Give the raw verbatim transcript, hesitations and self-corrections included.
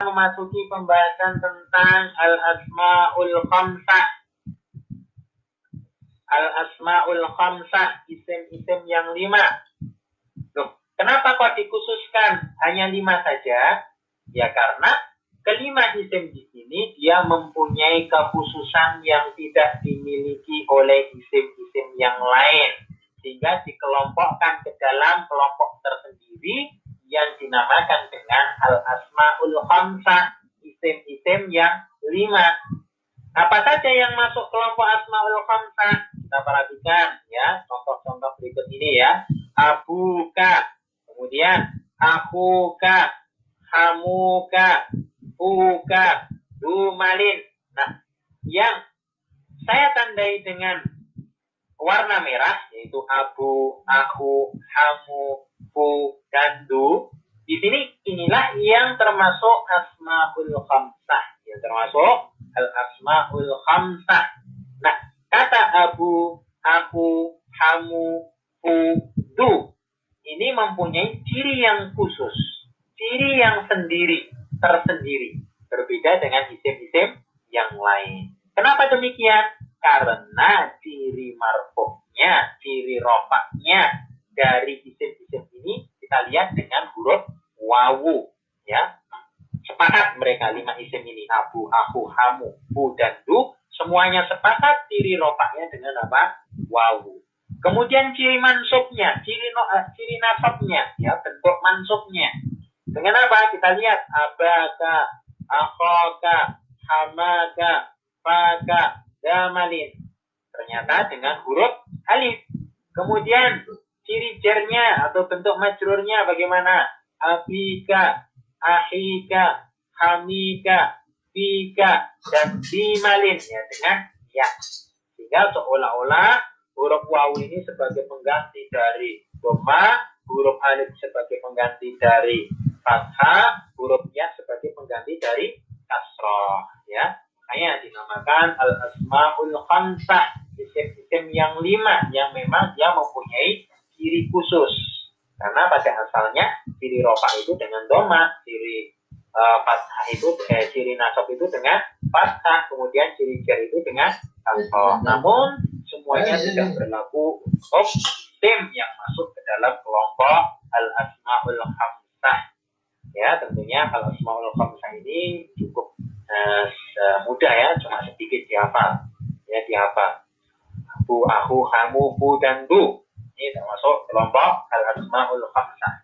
memasuki pembahasan tentang al-asmaul khamsah. Al-asmaul khamsah, isim-isim yang lima. Loh, kenapa kok dikhususkan hanya lima saja? Ya karena kelima isim di sini dia mempunyai kekhususan yang tidak dimiliki oleh isim-isim yang lain, sehingga dikelompokkan ke dalam kelompok tersendiri yang dinamakan dengan al-asmaul khamsah, isim-isim yang lima. Apa saja yang masuk kelompok asmaul khamsah? Kita perhatikan ya, contoh-contoh berikut ini ya. Abuka, kemudian akuka, hamuka, uka, dumalin. Nah, yang saya tandai dengan warna merah, yaitu abu, aku, hamu, fu, dan du. Di sini inilah yang termasuk asmaul khamsah, yang termasuk al-asmaul khamsah. Nah, kata abu, aku, hamu, fu, du ini mempunyai ciri yang khusus, ciri yang sendiri, tersendiri, berbeda dengan isim-isim yang lain. Kenapa demikian? Karena ciri marfu'nya, ciri rofaknya dari isim-isim ini kita lihat dengan huruf wawu, ya. Sepakat mereka lima isim ini, abu, aku, hamu, fu, dan du, semuanya sepakat ciri rofaknya dengan apa? Wawu. Kemudian ciri mansubnya, ciri no, uh, ciri nasabnya, ya, bentuk mansubnya. Dengan apa? Kita lihat abaka, akhaka, hamaka, faka, damalin. Ternyata dengan huruf alif. Kemudian ciri jarnya atau bentuk majrurnya bagaimana? Abika, ahika, hamika, fika, dan dimalin, ya, dengan ya. Sehingga seolah-olah huruf wawu ini sebagai pengganti dari dhamma, huruf alif sebagai pengganti dari fathah, huruf ya sebagai pengganti dari kasroh, ya. Makanya dinamakan al-asmaul khamsah, isim-isim yang lima yang memang dia mempunyai ciri khusus. Karena pada asalnya ciri rofa itu dengan dhamma, ciri uh, fathah itu eh, ciri nasab itu dengan fathah, kemudian ciri jar itu dengan kasroh. Namun semuanya tidak berlaku untuk isim yang masuk ke dalam kelompok al-asmaul khamsah. Ya, tentunya al-asmaul khamsah ini cukup uh, mudah ya, cuma sedikit dihafal. Ya, dihafal. Aku, aku, kamu, fu, dan du. Ini termasuk kelompok al-asmaul khamsah.